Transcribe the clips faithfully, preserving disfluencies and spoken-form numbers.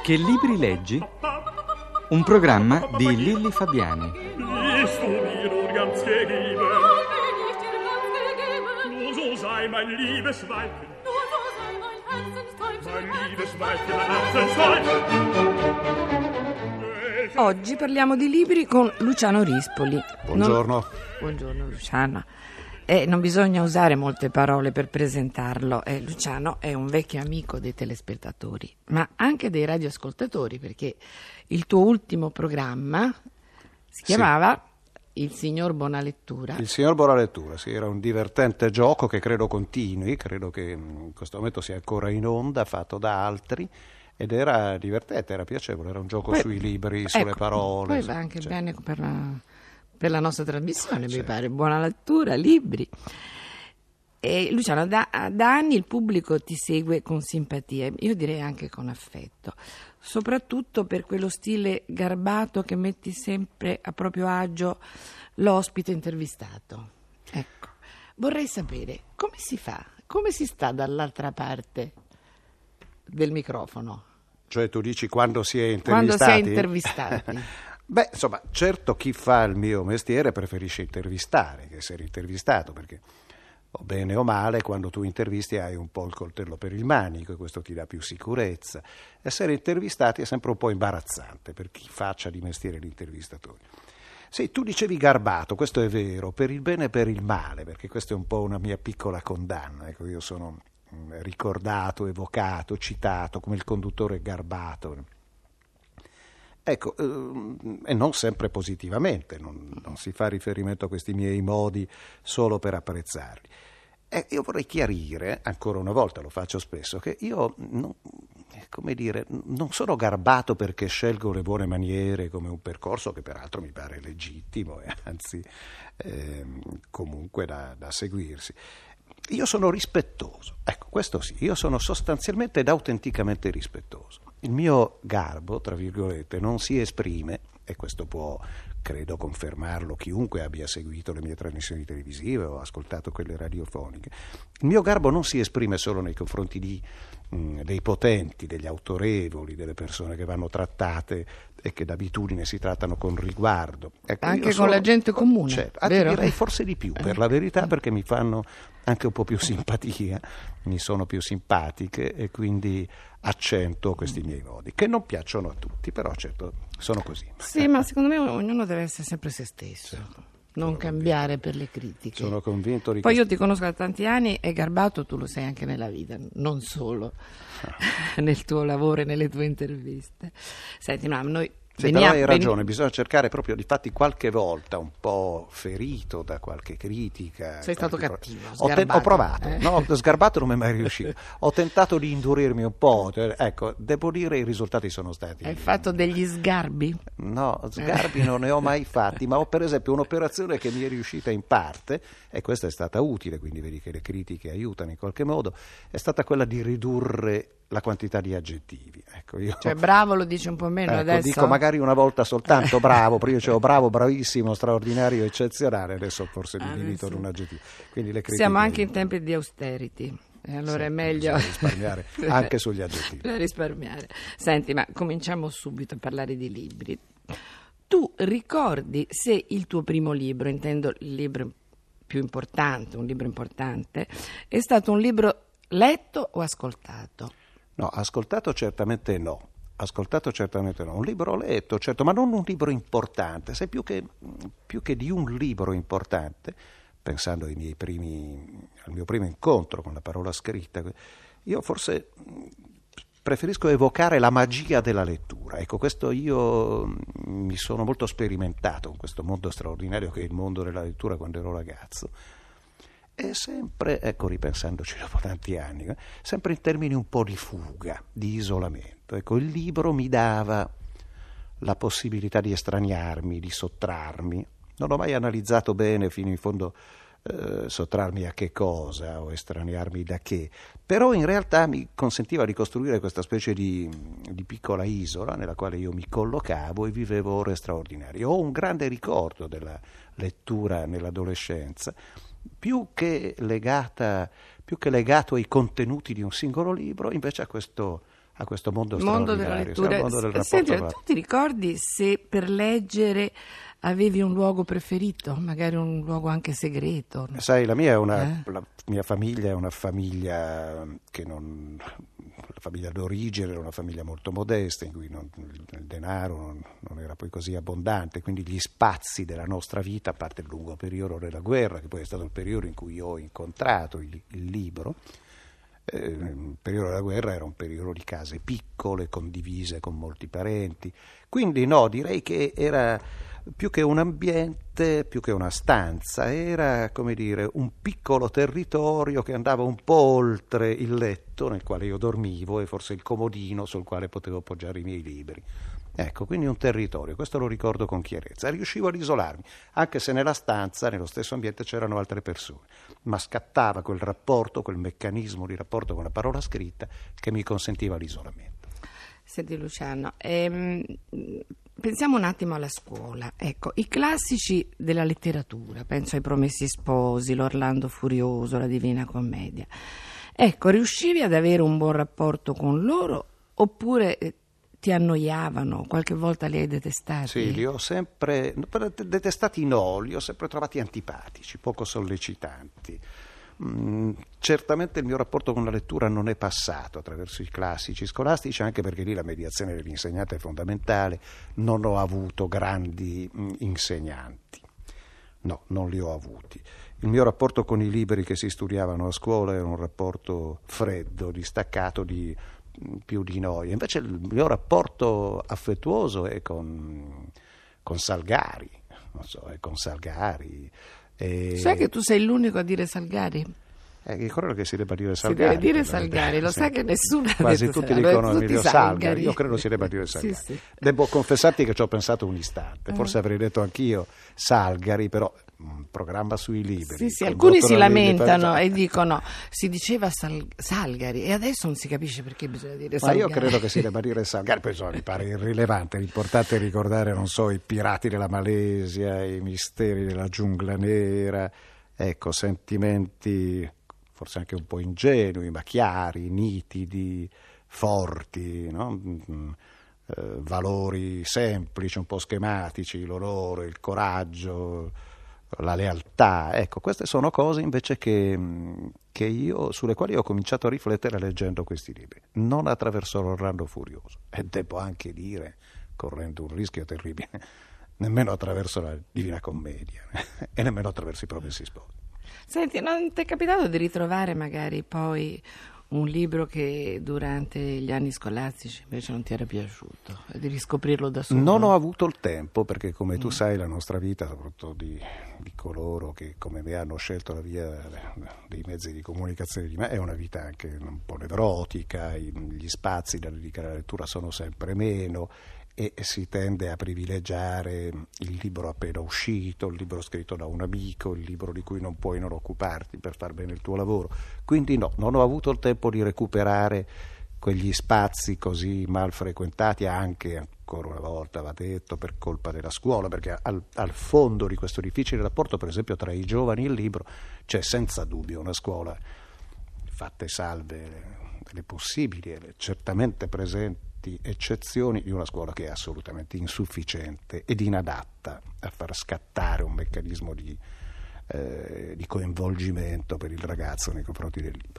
Che libri leggi? Un programma di Lilli Fabiani. Bist du mir nur ganz gegeben? Nur so sei mein liebes Weibchen. Nur so sei mein Herzenstäubchen. Mein liebes Weibchen, mein Herzenstäubchen. Oggi parliamo di libri con Luciano Rispoli. Buongiorno. Non... Buongiorno Luciano. Eh, non bisogna usare molte parole per presentarlo. Eh, Luciano è un vecchio amico dei telespettatori, ma anche dei radioascoltatori, perché il tuo ultimo programma si chiamava sì. Il signor Buonalettura. Il signor Buonalettura, sì, era un divertente gioco che credo continui, credo che in questo momento sia ancora in onda, fatto da altri, ed era divertente, era piacevole, era un gioco poi, sui libri, sulle ecco, parole. Poi va anche cioè. bene per la... per la nostra trasmissione, certo. Mi pare, buona lettura, libri. E Luciano, da, da anni il pubblico ti segue con simpatia, io direi anche con affetto, soprattutto per quello stile garbato che metti sempre a proprio agio l'ospite intervistato. Ecco, vorrei sapere come si fa, come si sta dall'altra parte del microfono? Cioè tu dici quando si è intervistati? Quando si è intervistati. Beh, insomma, certo chi fa il mio mestiere preferisce intervistare che essere intervistato, perché o bene o male quando tu intervisti hai un po' il coltello per il manico e questo ti dà più sicurezza. Essere intervistati è sempre un po' imbarazzante per chi faccia di mestiere l'intervistatore. Sì, tu dicevi garbato, questo è vero, per il bene e per il male, perché questa è un po' una mia piccola condanna. Ecco, io sono ricordato, evocato, citato come il conduttore garbato. Ecco, eh, e non sempre positivamente, non, non si fa riferimento a questi miei modi solo per apprezzarli. E io vorrei chiarire, ancora una volta, lo faccio spesso, che io non, come dire, non sono garbato perché scelgo le buone maniere come un percorso che peraltro mi pare legittimo e anzi eh, comunque da, da seguirsi. Io sono rispettoso, ecco, questo sì, io sono sostanzialmente ed autenticamente rispettoso. Il mio garbo, tra virgolette, non si esprime, e questo può, credo, confermarlo chiunque abbia seguito le mie trasmissioni televisive o ascoltato quelle radiofoniche. Il mio garbo non si esprime solo nei confronti di, mh, dei potenti, degli autorevoli, delle persone che vanno trattate e che d'abitudine si trattano con riguardo. Ecco, anche con sono, la gente comune, certo, anzi, vero? Direi forse di più, per la verità, perché mi fanno anche un po' più simpatia, mi sono più simpatiche e quindi accento questi miei modi, che non piacciono a tutti, però certo sono così. Sì, ma secondo me ognuno deve essere sempre se stesso, certo, non cambiare convinto. Per le critiche. Sono convinto di Poi questo. Io ti conosco da tanti anni e garbato tu lo sei anche nella vita, non solo ah. nel tuo lavoro e nelle tue interviste. Senti, ma noi... Sì, Veniamo, però hai ragione, veni... bisogna cercare proprio, difatti qualche volta un po' ferito da qualche critica. Sei stato qualche... cattivo, ho, ten- ho provato, eh? no, sgarbato non mi è mai riuscito, ho tentato di indurirmi un po', ecco, devo dire i risultati sono stati... Hai fatto degli sgarbi? No, sgarbi non ne ho mai fatti, ma ho per esempio un'operazione che mi è riuscita in parte, e questa è stata utile, quindi vedi che le critiche aiutano in qualche modo, è stata quella di ridurre la quantità di aggettivi. Ecco, io, cioè bravo lo dici un po' meno ecco, adesso? Dico magari una volta soltanto bravo, prima dicevo bravo, bravissimo, straordinario, eccezionale, adesso forse mi limito ad un aggettivo. Quindi le critiche siamo anche in aiutano. tempi di austerity, e allora sì, è meglio risparmiare anche sugli aggettivi. Per risparmiare. Senti, ma cominciamo subito a parlare di libri. Tu ricordi se il tuo primo libro, intendo il libro più importante, un libro importante, è stato un libro letto o ascoltato? No, ascoltato certamente no, ascoltato certamente no, un libro letto, certo, ma non un libro importante, sai, più che, più che di un libro importante, pensando ai miei primi, al mio primo incontro con la parola scritta, io forse preferisco evocare la magia della lettura, ecco, questo io mi sono molto sperimentato in questo mondo straordinario che è il mondo della lettura quando ero ragazzo. E sempre, ecco, ripensandoci dopo tanti anni, eh, sempre in termini un po' di fuga, di isolamento. Ecco, il libro mi dava la possibilità di estraniarmi, di sottrarmi. Non ho mai analizzato bene fino in fondo eh, sottrarmi a che cosa o estraniarmi da che, però in realtà mi consentiva di costruire questa specie di, di piccola isola nella quale io mi collocavo e vivevo ore straordinarie. Ho un grande ricordo della lettura nell'adolescenza, più che legata, più che legato ai contenuti di un singolo libro, invece a questo, a questo mondo, mondo straordinario, della lettura. sì, al mondo del rapporto. Senti, con la- tu ti ricordi se per leggere avevi un luogo preferito, magari un luogo anche segreto? no? Sai, la mia è una, Eh? la mia famiglia è una famiglia che non, la famiglia d'origine era una famiglia molto modesta, in cui non- il denaro non, non era poi così abbondante, quindi gli spazi della nostra vita, a parte il lungo periodo della guerra, che poi è stato il periodo in cui io ho incontrato il, il libro, eh, il periodo della guerra era un periodo di case piccole, condivise con molti parenti, quindi no, direi che era più che un ambiente, più che una stanza, era, come dire, un piccolo territorio che andava un po' oltre il letto nel quale io dormivo e forse il comodino sul quale potevo appoggiare i miei libri. Ecco, quindi un territorio, questo lo ricordo con chiarezza. Riuscivo ad isolarmi, anche se nella stanza, nello stesso ambiente c'erano altre persone, ma scattava quel rapporto, quel meccanismo di rapporto con la parola scritta che mi consentiva l'isolamento. Senti Luciano, ehm, pensiamo un attimo alla scuola. Ecco, i classici della letteratura, penso ai Promessi Sposi, l'Orlando Furioso, la Divina Commedia. Ecco, riuscivi ad avere un buon rapporto con loro oppure eh, ti annoiavano? Qualche volta li hai detestati? Sì, li ho sempre detestati, no, li ho sempre trovati antipatici, poco sollecitanti. Mm, certamente il mio rapporto con la lettura non è passato attraverso i classici scolastici, anche perché lì la mediazione dell'insegnante è fondamentale. Non ho avuto grandi mm, insegnanti, no, non li ho avuti. Il mio rapporto con i libri che si studiavano a scuola era un rapporto freddo, distaccato, di mm, più di noia. Invece il mio rapporto affettuoso è con, con Salgari, non so, è con Salgari. E... Sai che tu sei l'unico a dire Salgari? Eh, ricordo che si debba dire Si Salgari. deve dire per la Salgari, verità, lo sì. sai che nessuno ha Quasi detto tutti Salgari, dicono tutti Emilio Salgari. Salgari, io credo si debba dire Sì, Salgari. sì. Devo confessarti che ci ho pensato un istante, forse avrei detto anch'io Salgari, però un programma sui libri. Sì, sì, condotto alcuni si da Lilli lamentano Pagliari. e dicono si diceva Sal- Salgari e adesso non si capisce perché bisogna dire Ma Salgari. io credo che si debba dire Salgari, poi insomma, mi pare irrilevante, l'importante è ricordare, non so, i pirati della Malesia, i misteri della giungla nera, ecco, sentimenti forse anche un po' ingenui, ma chiari, nitidi, forti, no? Mm, eh, valori semplici, un po' schematici, l'onore, il coraggio, la lealtà, ecco, queste sono cose invece che, che io, sulle quali ho cominciato a riflettere leggendo questi libri, non attraverso l'Orlando Furioso, e devo anche dire, correndo un rischio terribile, nemmeno attraverso la Divina Commedia e nemmeno attraverso i Promessi Sposi. Senti, non ti è capitato di ritrovare magari poi un libro che durante gli anni scolastici invece non ti era piaciuto e di riscoprirlo da solo? Non ho avuto il tempo perché, come tu sai, la nostra vita, soprattutto di, di coloro che come me hanno scelto la via dei mezzi di comunicazione di me, è una vita anche un po' nevrotica, i- gli spazi da dedicare alla lettura sono sempre meno e si tende a privilegiare il libro appena uscito, il libro scritto da un amico, il libro di cui non puoi non occuparti per far bene il tuo lavoro. Quindi no, non ho avuto il tempo di recuperare quegli spazi così mal frequentati, anche, ancora una volta va detto, per colpa della scuola, perché al, al fondo di questo difficile rapporto, per esempio, tra i giovani e il libro, c'è senza dubbio una scuola, fatte salve le, le possibili e le certamente presenti eccezioni, di una scuola che è assolutamente insufficiente ed inadatta a far scattare un meccanismo di, eh, di coinvolgimento per il ragazzo nei confronti del libro.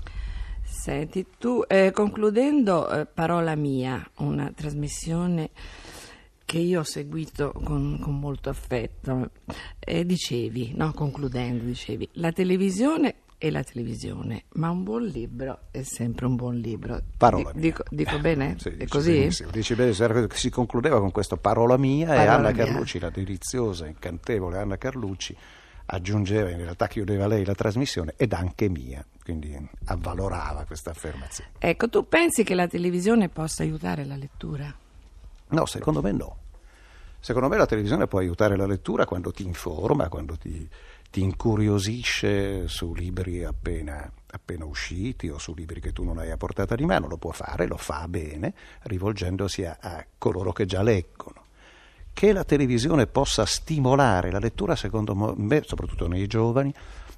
Senti, tu eh, concludendo eh, Parola Mia, una trasmissione che io ho seguito con, con molto affetto, eh, dicevi, no, concludendo, dicevi, la televisione è la televisione, ma un buon libro è sempre un buon libro. Parola Di- mia. dico, dico bene? Sì, è dici così? benissimo. Dici bene, si concludeva con questo Parola Mia e Parola Anna mia. Carlucci, la deliziosa, incantevole Anna Carlucci, aggiungeva, in realtà chiudeva lei la trasmissione, ed anche mia, quindi avvalorava questa affermazione. Ecco, tu pensi che la televisione possa aiutare la lettura? No, secondo me no. Secondo me la televisione può aiutare la lettura quando ti informa, quando ti, ti incuriosisce su libri appena, appena usciti o su libri che tu non hai a portata di mano. Lo può fare, lo fa bene, rivolgendosi a, a coloro che già leggono. Che la televisione possa stimolare la lettura, secondo me, soprattutto nei giovani,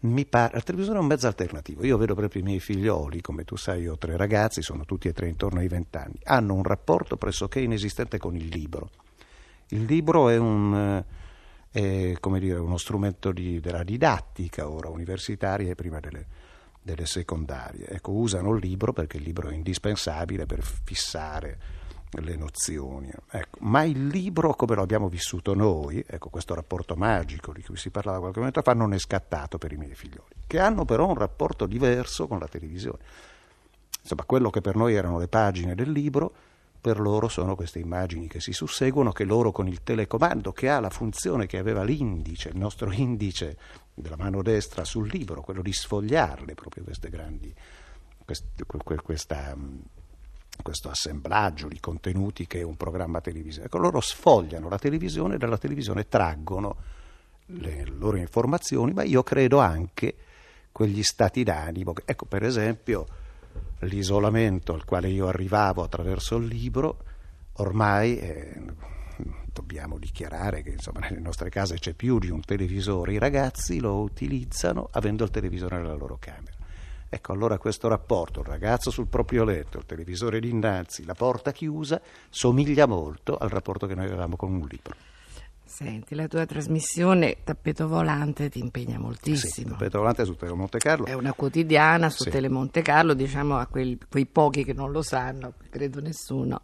mi pare, la televisione è un mezzo alternativo. Io vedo proprio i miei figlioli, come tu sai, io ho tre ragazzi, sono tutti e tre intorno ai vent'anni, hanno un rapporto pressoché inesistente con il libro. Il libro è un è, come dire, uno strumento di, della didattica ora universitaria e prima delle, delle secondarie. Ecco, usano il libro perché il libro è indispensabile per fissare le nozioni. Ecco, ma il libro come lo abbiamo vissuto noi, ecco, questo rapporto magico di cui si parlava qualche momento fa, non è scattato per i miei figlioli, che hanno però un rapporto diverso con la televisione. Insomma, quello che per noi erano le pagine del libro, per loro sono queste immagini che si susseguono, che loro con il telecomando, che ha la funzione che aveva l'indice, il nostro indice della mano destra sul libro, quello di sfogliarle proprio queste grandi, quest, questa, questo assemblaggio di contenuti che è un programma televisivo. Ecco, loro sfogliano la televisione e dalla televisione traggono le loro informazioni, ma io credo anche quegli stati d'animo. Ecco, per esempio, l'isolamento al quale io arrivavo attraverso il libro, ormai eh, dobbiamo dichiarare che insomma nelle nostre case c'è più di un televisore, i ragazzi lo utilizzano avendo il televisore nella loro camera. Ecco, allora questo rapporto, il ragazzo sul proprio letto, il televisore dinanzi, la porta chiusa, somiglia molto al rapporto che noi avevamo con un libro. Senti, la tua trasmissione Tappeto Volante ti impegna moltissimo. Sì, Tappeto Volante su Telemonte Carlo. È una quotidiana su sì. Telemonte Carlo, diciamo a quei, quei pochi che non lo sanno, credo nessuno.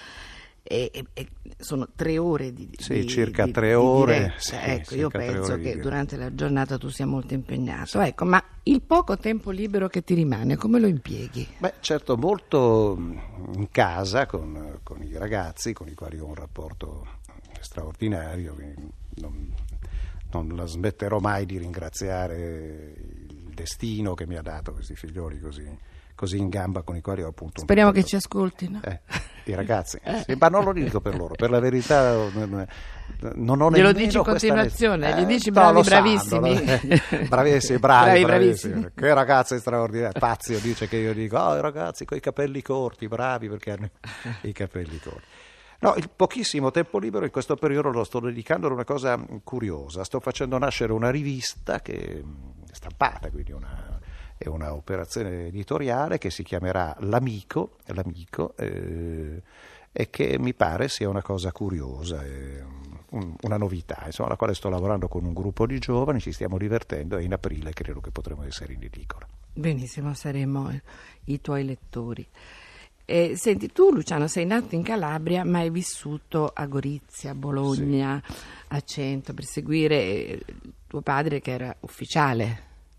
E, e, e sono tre ore di Sì, di, circa di, tre di ore. diretta. Sì, ecco, io penso che di... durante la giornata tu sia molto impegnato. Sì. Ecco, ma il poco tempo libero che ti rimane, come lo impieghi? Beh, certo, molto in casa con, con i ragazzi, con i quali ho un rapporto straordinario. Non, non la smetterò mai di ringraziare il destino che mi ha dato questi figlioli così, così in gamba, con i quali ho appunto un speriamo rapporto. Che ci ascoltino eh, i ragazzi eh. Sì, ma non lo dico per loro, per la verità non, non ho glielo nemmeno dici in continuazione eh, gli dici bravi, no, bravissimi sanno, no? bravissimi bravi, bravi, bravissimi. bravissimi Che ragazzi straordinari. Fazio dice che io dico oh, i ragazzi con i capelli corti, bravi perché hanno i capelli corti. No, il pochissimo tempo libero in questo periodo lo sto dedicando a una cosa curiosa. Sto facendo nascere una rivista che è stampata, quindi una, è una operazione editoriale che si chiamerà L'Amico, l'Amico eh, e che mi pare sia una cosa curiosa, eh, un, una novità, insomma, alla quale sto lavorando con un gruppo di giovani, ci stiamo divertendo e in aprile credo che potremo essere in edicola. Benissimo, saremo i tuoi lettori. Eh, senti, tu Luciano sei nato in Calabria ma hai vissuto a Gorizia, a Bologna, sì. a Cento per seguire tuo padre che era ufficiale.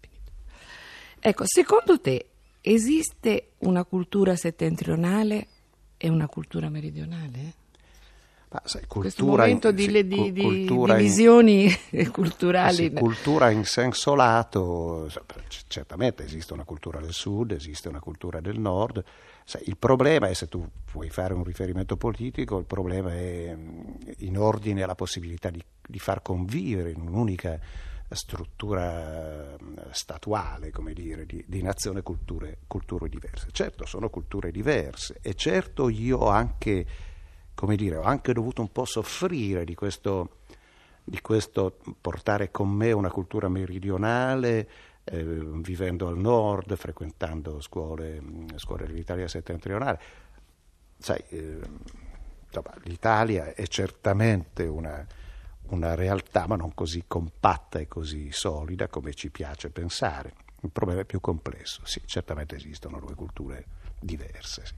Ecco, secondo te esiste una cultura settentrionale e una cultura meridionale? Ma sai, questo momento in, di, sì, di, di cultura divisioni in, culturali. Sì, cultura in senso lato, certamente esiste una cultura del sud, esiste una cultura del nord. Sai, il problema è, se tu vuoi fare un riferimento politico, il problema è in ordine alla possibilità di, di far convivere in un'unica struttura statuale, come dire, di, di nazione culture, culture diverse. Certo, sono culture diverse e certo io ho anche, come dire, ho anche dovuto un po' soffrire di questo, di questo portare con me una cultura meridionale, eh, vivendo al nord, frequentando scuole, scuole dell'Italia settentrionale. Sai, eh, insomma, l'Italia è certamente una, una realtà, ma non così compatta e così solida come ci piace pensare. Il problema è più complesso. Sì, certamente esistono due culture diverse, sì.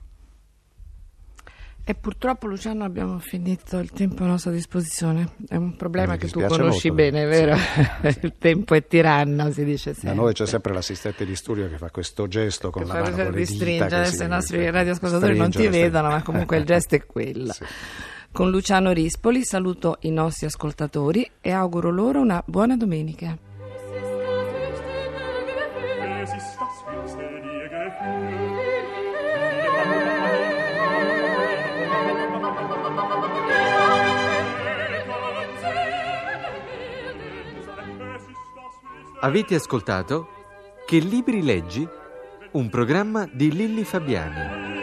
E purtroppo, Luciano, abbiamo finito il tempo a nostra disposizione. È un problema che tu dispiace conosci molto, bene, vero? Sì. Il tempo è tiranno, si dice sempre. Da noi c'è sempre l'assistente di studio che fa questo gesto con che la mano, con le di dita. stringere, adesso i nostri si, radioascoltatori non ti vedono, ma comunque il gesto è quello. Sì. Con Luciano Rispoli saluto i nostri ascoltatori e auguro loro una buona domenica. Avete ascoltato Che libri leggi? Un programma di Lilli Fabiani.